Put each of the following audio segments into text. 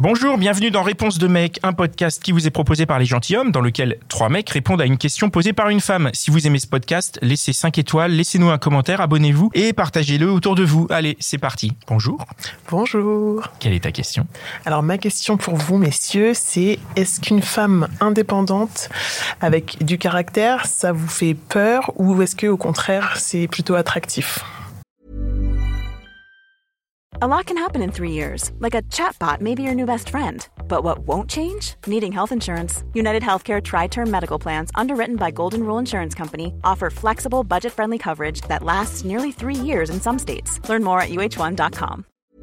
Bonjour, bienvenue dans Réponse de mec, un podcast qui vous est proposé par les gentilshommes, dans lequel 3 mecs répondent à une question posée par une femme. Si vous aimez ce podcast, laissez 5 étoiles, laissez-nous un commentaire, abonnez-vous et partagez-le autour de vous. Allez, c'est parti. Bonjour. Bonjour. Quelle est ta question ? Alors ma question pour vous, messieurs, c'est est-ce qu'une femme indépendante avec du caractère, ça vous fait peur ou est-ce que au contraire, c'est plutôt attractif ? A lot can happen in 3 years, like a chatbot may be your new best friend. But what won't change? Needing health insurance. United Healthcare Tri-Term Medical Plans, underwritten by Golden Rule Insurance Company, offer flexible, budget-friendly coverage that lasts nearly 3 years in some states. Learn more at uh1.com.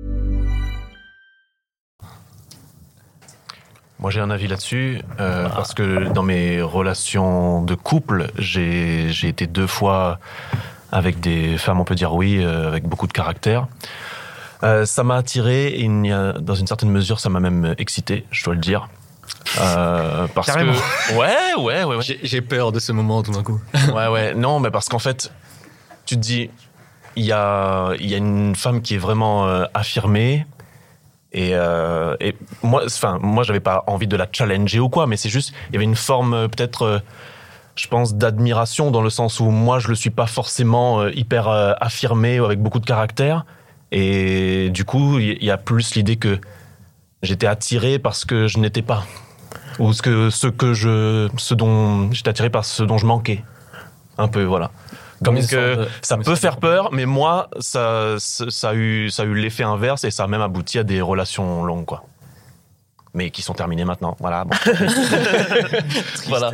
Moi, j'ai un avis là-dessus, parce que dans mes relations de couple, j'ai été 2 fois avec des femmes, on peut dire oui, avec beaucoup de caractère. Ça m'a attiré et dans une certaine mesure, ça m'a même excité, je dois le dire. Parce Carrément. que ouais. J'ai peur de ce moment tout d'un coup. Ouais. Non, mais parce qu'en fait, tu te dis, il y a une femme qui est vraiment affirmée. Et moi, j'avais pas envie de la challenger ou quoi, mais c'est juste, il y avait une forme peut-être, je pense, d'admiration dans le sens où moi, je le suis pas forcément hyper affirmé ou avec beaucoup de caractère. Et du coup, il y a plus l'idée que j'étais attiré parce que je n'étais pas, ou ce dont j'étais attiré par ce dont je manquais, un peu, voilà. Donc ça peut faire peur, mais moi, ça a eu l'effet inverse et ça a même abouti à des relations longues, quoi. Mais qui sont terminées maintenant. Voilà. Bon. Voilà.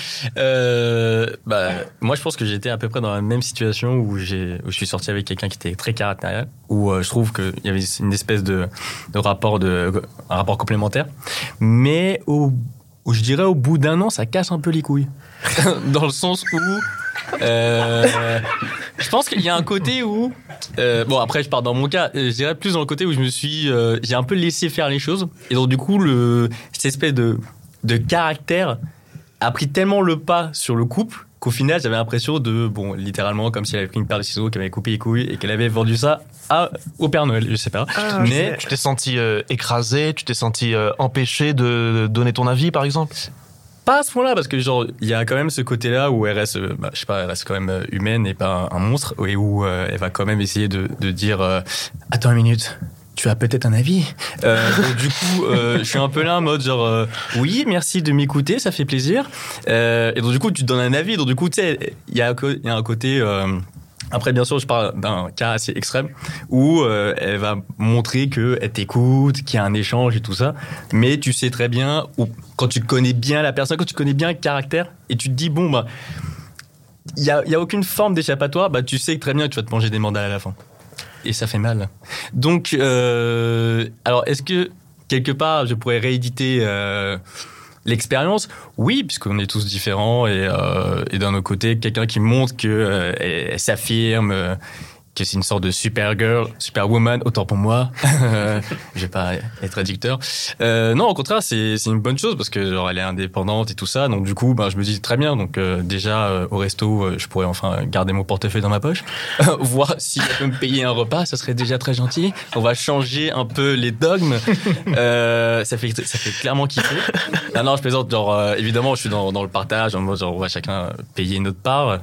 Moi, je pense que j'étais à peu près dans la même situation où je suis sorti avec quelqu'un qui était très caractériel, où je trouve qu'il y avait une espèce de rapport un rapport complémentaire, mais je dirais au bout d'un an, ça casse un peu les couilles, dans le sens où je pense qu'il y a un côté où bon, après je pars dans mon cas, je dirais plus dans le côté où j'ai un peu laissé faire les choses, et donc du coup cette espèce de caractère a pris tellement le pas sur le couple qu'au final j'avais l'impression littéralement comme si elle avait pris une paire de ciseaux, qu'elle avait coupé les couilles et qu'elle avait vendu ça au Père Noël, je sais pas. Mais tu t'es senti écrasé, tu t'es senti empêché de donner ton avis, par exemple? Pas à ce point-là, parce que genre il y a quand même ce côté-là où elle reste, elle reste quand même humaine et pas un monstre, et où elle va quand même essayer de dire attends une minute, tu as peut-être un avis. Donc du coup, je suis un peu là en mode genre oui, merci de m'écouter, ça fait plaisir. Et donc du coup, tu te donnes un avis. Donc du coup, tu sais, il y a un côté. Après, bien sûr, je parle d'un cas assez extrême où elle va montrer qu'elle t'écoute, qu'il y a un échange et tout ça. Mais tu sais très bien, quand tu connais bien la personne, quand tu connais bien le caractère, et tu te dis, il y a aucune forme d'échappatoire, tu sais très bien que tu vas te manger des mandales à la fin. Et ça fait mal. Donc, alors, est-ce que, quelque part, je pourrais rééditer l'expérience? Oui, puisqu'on est tous différents, et d'un autre côté, quelqu'un qui montre que elle s'affirme, que c'est une sorte de superwoman, autant pour moi. Je vais pas être réducteur. Non, au contraire, c'est une bonne chose parce que genre elle est indépendante et tout ça. Donc du coup, je me dis très bien. Donc déjà au resto, je pourrais enfin garder mon portefeuille dans ma poche, voir si elle peut me payer un repas, ça serait déjà très gentil. On va changer un peu les dogmes. Ça fait clairement kiffer. Non, je plaisante. Genre évidemment, je suis dans le partage. En mode genre on va chacun payer notre part.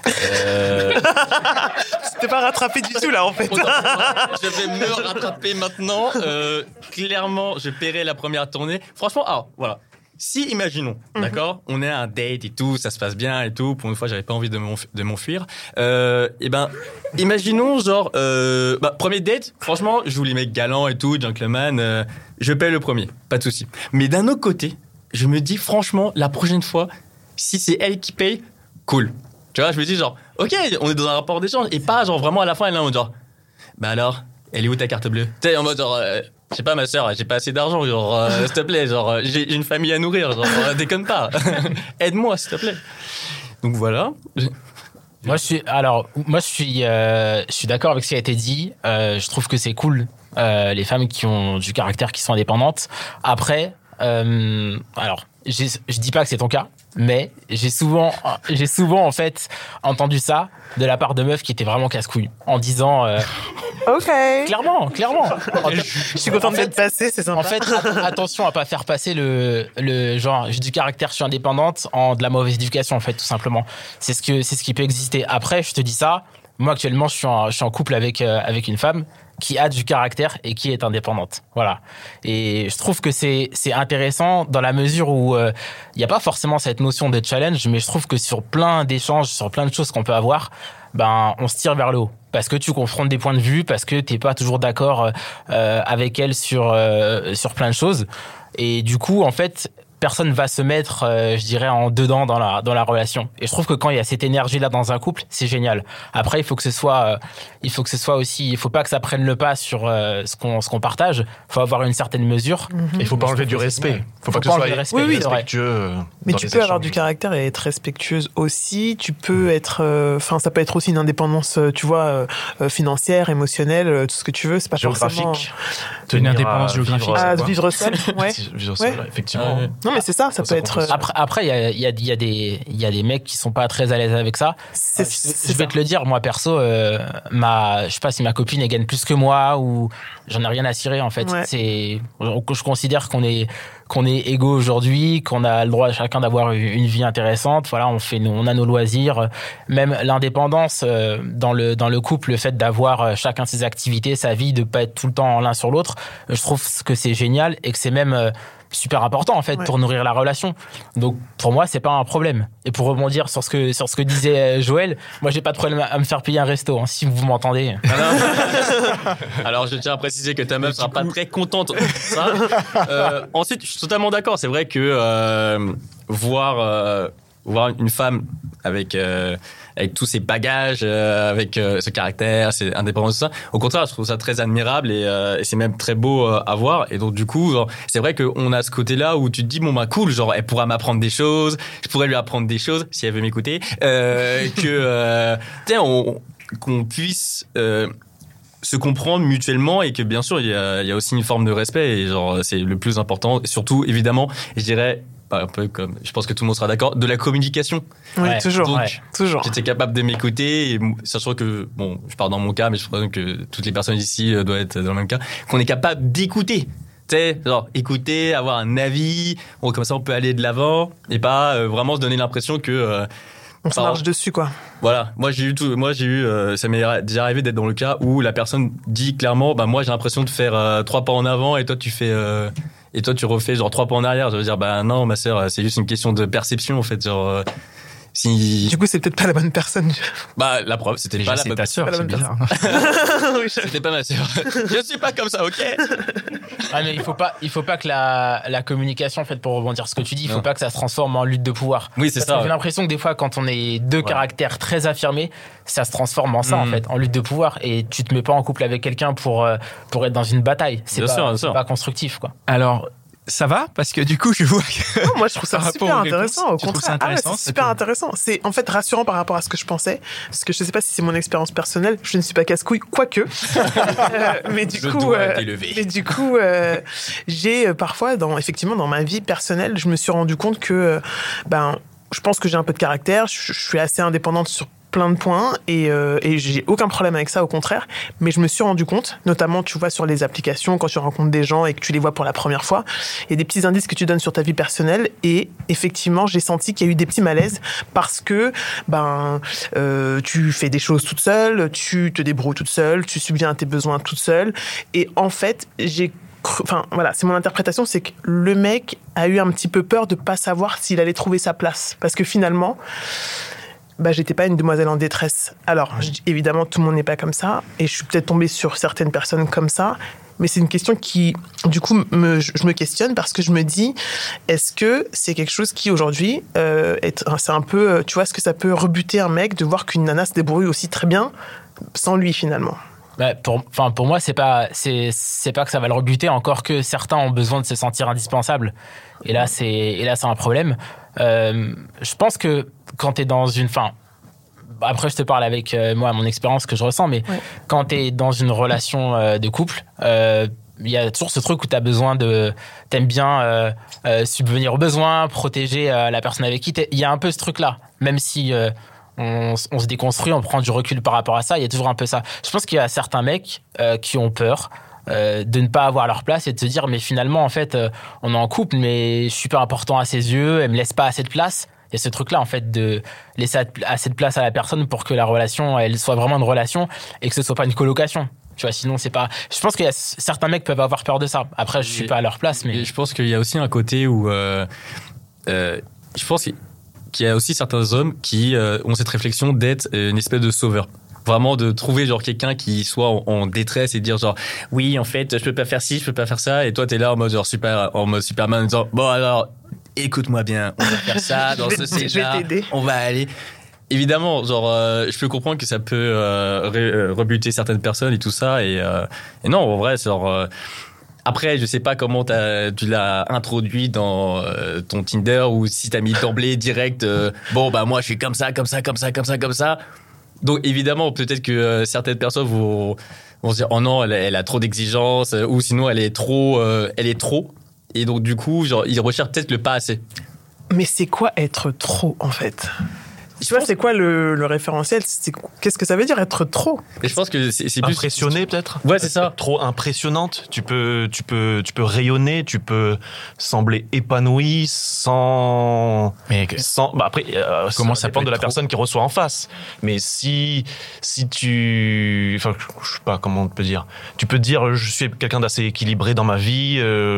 C'était pas rattrapé du tout là en fait. Je vais me rattraper maintenant. Clairement, je paierai la première tournée. Franchement, voilà. Si, imaginons, d'accord, on est à un date et tout, ça se passe bien et tout. Pour une fois, j'avais pas envie de m'enfuir. Imaginons genre, premier date. Franchement, je voulais mec galant et tout, gentleman. Je paye le premier, pas de souci. Mais d'un autre côté, je me dis franchement, la prochaine fois, si c'est elle qui paye, cool. Tu vois, je me dis genre, ok, on est dans un rapport d'échange, et pas genre vraiment à la fin, elle est là en mode genre, alors, elle est où ta carte bleue? Tu sais, en mode genre, je sais pas, ma sœur, j'ai pas assez d'argent, genre, s'il te plaît, genre, j'ai une famille à nourrir, genre, déconne pas. Aide-moi, s'il te plaît. Donc voilà. Moi, je suis d'accord avec ce qui a été dit. Je trouve que c'est cool, les femmes qui ont du caractère, qui sont indépendantes. Après, alors, je dis pas que c'est ton cas. Mais j'ai souvent en fait entendu ça de la part de meufs qui étaient vraiment casse-couilles en disant Ok. clairement. Je suis contente d'être passée, c'est sympa. En fait, attention à pas faire passer le genre j'ai du caractère, je suis indépendante en de la mauvaise éducation en fait tout simplement. C'est ce qui peut exister. Après, je te dis ça, moi actuellement je suis en couple avec une femme qui a du caractère et qui est indépendante. Voilà. Et je trouve que c'est intéressant dans la mesure où il n'y a pas forcément cette notion de challenge, mais je trouve que sur plein d'échanges, sur plein de choses qu'on peut avoir, ben on se tire vers le haut parce que tu confrontes des points de vue, parce que t'es pas toujours d'accord avec elle sur plein de choses. Et du coup, en fait, personne va se mettre, je dirais, en dedans dans la relation. Et je trouve que quand il y a cette énergie-là dans un couple, c'est génial. Après, il faut que ce soit aussi, il faut pas que ça prenne le pas sur ce qu'on partage. Il faut avoir une certaine mesure. Il faut pas enlever du respect. Faut pas que ce soit respectueux. Mais tu peux avoir du caractère et être respectueuse aussi. Tu peux être, ça peut être aussi une indépendance, tu vois, financière, émotionnelle, tout ce que tu veux. C'est pas forcément une indépendance géographique. Vivre seul, ouais. Vivre seul, effectivement. Non, mais c'est ça peut être. Après, il y a des mecs qui sont pas très à l'aise avec ça. Je vais te le dire, moi perso, je sais pas si ma copine elle gagne plus que moi ou j'en ai rien à cirer en fait. Ouais. Je considère qu'on est égaux aujourd'hui, qu'on a le droit chacun d'avoir une vie intéressante. Voilà, on a nos loisirs, même l'indépendance dans le couple, le fait d'avoir chacun ses activités, sa vie, de pas être tout le temps l'un sur l'autre. Je trouve que c'est génial et que c'est même super important en fait pour nourrir la relation. Donc pour moi c'est pas un problème. Et pour rebondir sur ce que disait Joël, moi j'ai pas de problème à me faire payer un resto si vous m'entendez. Alors je tiens à préciser que ta meuf sera pas très contente de ça. Ensuite je suis totalement d'accord, c'est vrai que voir une femme avec tous ses bagages, avec ce caractère, ses indépendances, tout ça. Au contraire, je trouve ça très admirable et c'est même très beau à voir. Et donc du coup, genre, c'est vrai qu'on a ce côté-là où tu te dis bon bah cool, genre elle pourra m'apprendre des choses, je pourrais lui apprendre des choses si elle veut m'écouter, qu'on puisse se comprendre mutuellement et que bien sûr il y a aussi une forme de respect et genre c'est le plus important. Et surtout évidemment, je dirais un peu comme, je pense que tout le monde sera d'accord, de la communication. Oui, toujours. Donc, toujours. J'étais capable de m'écouter, et sachant que, bon, je pars dans mon cas, mais je pense que toutes les personnes ici doivent être dans le même cas, qu'on est capable d'écouter. Tu sais, genre, écouter, avoir un avis, bon, comme ça on peut aller de l'avant, et pas vraiment se donner l'impression que... on se marche dessus, quoi. Voilà. Moi, ça m'est déjà arrivé d'être dans le cas où la personne dit clairement, bah, moi, j'ai l'impression de faire 3 pas en avant, et toi, tu refais genre 3 pas en arrière. Je veux dire, bah non, ma sœur, c'est juste une question de perception en fait. Genre, Du coup, c'est peut-être pas la bonne personne. Bah la preuve, c'était pas la bonne personne. C'est bizarre. C'était pas ma sœur. Je suis pas comme ça, ok. Mais il faut pas que la communication, en fait, pour rebondir sur ce que tu dis, il faut pas que ça se transforme en lutte de pouvoir. Oui, c'est ça. J'ai l'impression que des fois, quand on est deux caractères très affirmés, ça se transforme en ça, en fait, en lutte de pouvoir. Et tu te mets pas en couple avec quelqu'un pour être dans une bataille. C'est pas constructif, quoi. Alors, ça va parce que du coup je vois que non, moi je trouve ça super intéressant, au contraire. C'est super intéressant. C'est en fait rassurant par rapport à ce que je pensais, parce que je sais pas si c'est mon expérience personnelle, je ne suis pas casse-couille, quoique. Mais du coup j'ai parfois effectivement dans ma vie personnelle, je me suis rendu compte que je pense que j'ai un peu de caractère, je suis assez indépendante sur plein de points et j'ai aucun problème avec ça, au contraire, mais je me suis rendu compte, notamment tu vois sur les applications, quand tu rencontres des gens et que tu les vois pour la première fois, il y a des petits indices que tu donnes sur ta vie personnelle et effectivement j'ai senti qu'il y a eu des petits malaises parce que tu fais des choses toute seule, tu te débrouilles toute seule, tu subviens à tes besoins toute seule et en fait c'est mon interprétation, c'est que le mec a eu un petit peu peur de pas savoir s'il allait trouver sa place parce que finalement j'étais pas une demoiselle en détresse. Alors, évidemment, tout le monde n'est pas comme ça, et je suis peut-être tombée sur certaines personnes comme ça, mais c'est une question qui, du coup, je me questionne parce que je me dis, est-ce que c'est quelque chose qui, aujourd'hui, c'est un peu, tu vois, est-ce que ça peut rebuter un mec de voir qu'une nana se débrouille aussi très bien sans lui, finalement? Pour moi, c'est pas que ça va le rebuter, encore que certains ont besoin de se sentir indispensables. Et là, c'est un problème. Je pense que quand t'es dans une, après je te parle avec moi mon expérience que je ressens, mais quand t'es dans une relation de couple, il y a toujours ce truc où t'aimes bien subvenir aux besoins, protéger la personne avec qui il y a un peu ce truc-là. Même si on se déconstruit, on prend du recul par rapport à ça, il y a toujours un peu ça. Je pense qu'il y a certains mecs qui ont peur de ne pas avoir leur place et de se dire mais finalement en fait on est en couple mais je suis pas important à ses yeux, elle me laisse pas assez de place. Il y a ce truc là en fait de laisser assez de place à la personne pour que la relation elle soit vraiment une relation et que ce soit pas une colocation. Tu vois, sinon c'est pas. Je pense qu'il y a certains mecs peuvent avoir peur de ça. Après je suis pas à leur place mais je pense qu'il y a aussi un côté où je pense qu'il y a aussi certains hommes qui ont cette réflexion d'être une espèce de sauveur. Vraiment de trouver genre quelqu'un qui soit en détresse et dire genre oui en fait je peux pas faire ci, je peux pas faire ça et toi t'es là en mode genre en mode Superman en disant bon alors écoute-moi bien, on va faire ça dans ce scénario, on va aller. Évidemment, genre, je peux comprendre que ça peut rebuter certaines personnes et tout ça et non en vrai c'est genre après, je sais pas comment tu l'as introduit dans ton Tinder ou si t'as mis d'emblée direct bon bah moi je suis comme ça. Donc évidemment, peut-être que certaines personnes vont se dire oh non, elle a trop d'exigences ou sinon elle est trop. Et donc du coup, genre ils recherchent peut-être le pas assez. Mais c'est quoi être trop en fait ? Tu vois, c'est quoi le référentiel ? Qu'est-ce que ça veut dire être trop ? Et je pense que c'est plus impressionné peut-être. Ouais, c'est ça. Trop impressionnante. Tu peux rayonner, tu peux sembler épanoui sans. Bah après, comment ça dépend de la personne qui reçoit en face. Mais si tu, enfin, je sais pas comment on peut dire. Tu peux te dire, je suis quelqu'un d'assez équilibré dans ma vie,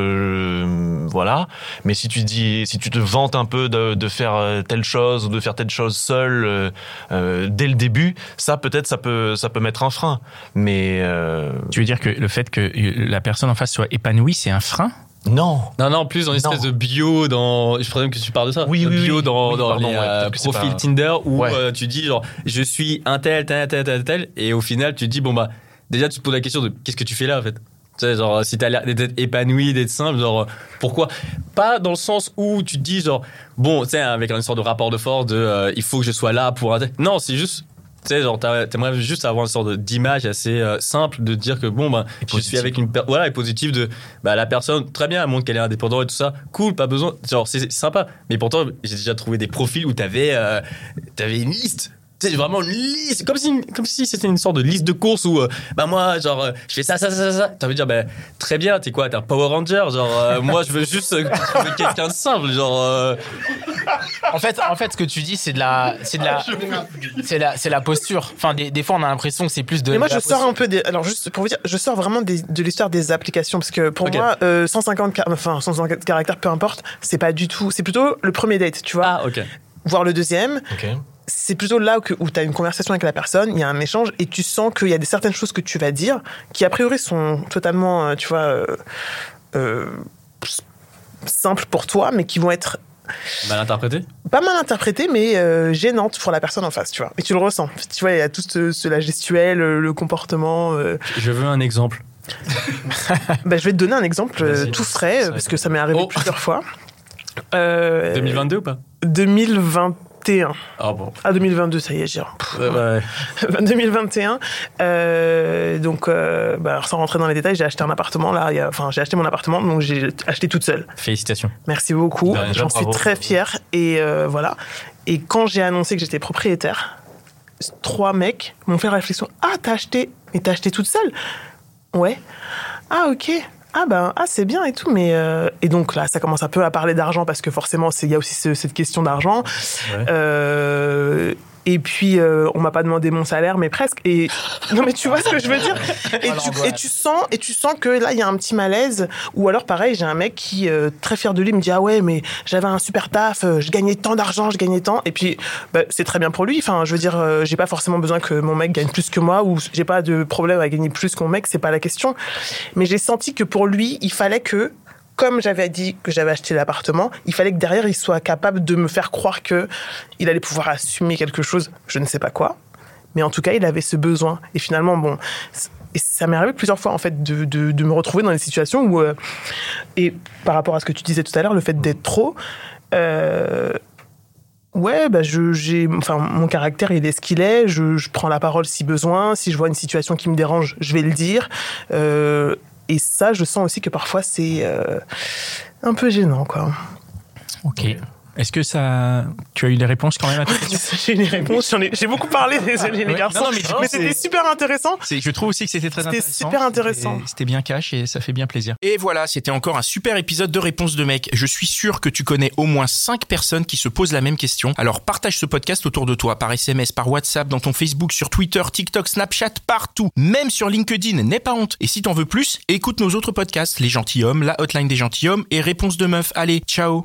voilà. Mais si tu te vantes un peu de faire telle chose ou de faire telle chose seul dès le début, ça peut-être ça peut mettre un frein. Mais tu veux dire que le fait que la personne en face soit épanouie, c'est un frein ? Non, plus dans une espèce de bio je présume que tu parles de ça. Oui, dans pardon, les profils Tinder où tu dis genre je suis un tel et au final tu te dis bon bah déjà tu te poses la question de qu'est-ce que tu fais là en fait. Tu sais, genre, si t'as l'air d'être épanoui, d'être simple, genre, pourquoi ? Pas dans le sens où tu te dis, genre, bon, tu sais, avec une sorte de rapport de force il faut que je sois là pour un tel. Non, c'est juste, tu sais, genre, t'aimerais juste avoir une sorte d'image assez simple de dire que, bon, ben, je suis avec une personne, voilà, et positive de, bah, la personne, très bien, elle montre qu'elle est indépendante et tout ça, cool, pas besoin, genre, c'est sympa. Mais pourtant, j'ai déjà trouvé des profils où t'avais une liste. C'est vraiment une liste, comme si c'était une sorte de liste de courses où bah moi genre je fais ça. T'as envie de dire bah très bien, t'es quoi, t'es un Power Ranger, genre moi je veux juste trouver quelqu'un de simple, genre En fait ce que tu dis c'est la posture. Enfin des fois on a l'impression que c'est plus de. Mais moi je sors un peu alors juste pour vous dire, je sors vraiment de l'histoire des applications parce que pour moi 150 caractères peu importe, c'est pas du tout, c'est plutôt le premier date, tu vois. Ah OK. Voire le deuxième. OK. C'est plutôt là où tu as une conversation avec la personne, il y a un échange et tu sens qu'il y a certaines choses que tu vas dire qui a priori sont totalement, tu vois, simples pour toi, mais qui vont être mal interprétées. Pas mal interprétées, mais gênantes pour la personne en face, tu vois. Et tu le ressens. Tu vois, il y a tout la gestuelle, le comportement. Je veux un exemple. Je vais te donner un exemple tout frais parce que ça m'est arrivé plusieurs fois. 2022 ou pas ? 2021. Ah bon. Ah 2022, ça y est, j'ai. 2021. Donc, sans rentrer dans les détails, j'ai acheté un appartement là. J'ai acheté mon appartement, donc j'ai acheté toute seule. Félicitations. Merci beaucoup. J'en suis très fière et voilà. Et quand j'ai annoncé que j'étais propriétaire, 3 mecs m'ont fait la réflexion. Ah, t'as acheté toute seule ? Ouais. Ah ok. C'est bien et tout, mais et donc là ça commence un peu à parler d'argent parce que forcément il y a aussi cette question d'argent. Ouais. Et puis on m'a pas demandé mon salaire, mais presque. Et non, mais tu vois ce que je veux dire. Et tu sens que là il y a un petit malaise. Ou alors pareil, j'ai un mec qui très fier de lui me dit ah ouais mais j'avais un super taf, je gagnais tant d'argent, Et puis c'est très bien pour lui. Enfin je veux dire j'ai pas forcément besoin que mon mec gagne plus que moi ou j'ai pas de problème à gagner plus que mon mec, c'est pas la question. Mais j'ai senti que pour lui il fallait que, comme j'avais dit que j'avais acheté l'appartement, il fallait que derrière, il soit capable de me faire croire qu'il allait pouvoir assumer quelque chose, je ne sais pas quoi. Mais en tout cas, il avait ce besoin. Et finalement, bon, et ça m'est arrivé plusieurs fois, en fait, de me retrouver dans des situations où... et par rapport à ce que tu disais tout à l'heure, le fait d'être trop... mon caractère, il est ce qu'il est. Je prends la parole si besoin. Si je vois une situation qui me dérange, je vais le dire. Et ça, je sens aussi que parfois, c'est un peu gênant, quoi. Ok. Est-ce que tu as eu des réponses quand même à ta question? J'ai eu des réponses. J'ai beaucoup parlé, désolé les garçons. Non, mais c'était super intéressant. Je trouve aussi que c'était très intéressant. C'était super intéressant. C'était bien cash et ça fait bien plaisir. Et voilà, c'était encore un super épisode de Réponse de mec. Je suis sûr que tu connais au moins 5 personnes qui se posent la même question. Alors partage ce podcast autour de toi, par SMS, par WhatsApp, dans ton Facebook, sur Twitter, TikTok, Snapchat, partout. Même sur LinkedIn, n'aie pas honte. Et si t'en veux plus, écoute nos autres podcasts, Les Gentilshommes, La Hotline des Gentilshommes et Réponse de meuf. Allez, ciao.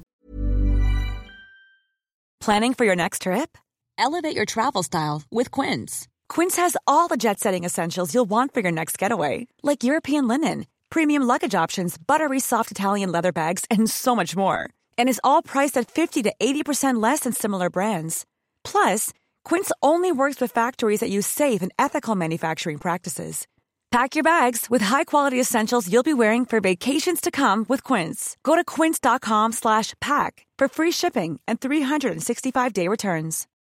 Planning for your next trip? Elevate your travel style with Quince. Quince has all the jet-setting essentials you'll want for your next getaway, like European linen, premium luggage options, buttery soft Italian leather bags, and so much more. And is all priced at 50 to 80% less than similar brands. Plus, Quince only works with factories that use safe and ethical manufacturing practices. Pack your bags with high-quality essentials you'll be wearing for vacations to come with Quince. Go to quince.com/pack for free shipping and 365-day returns.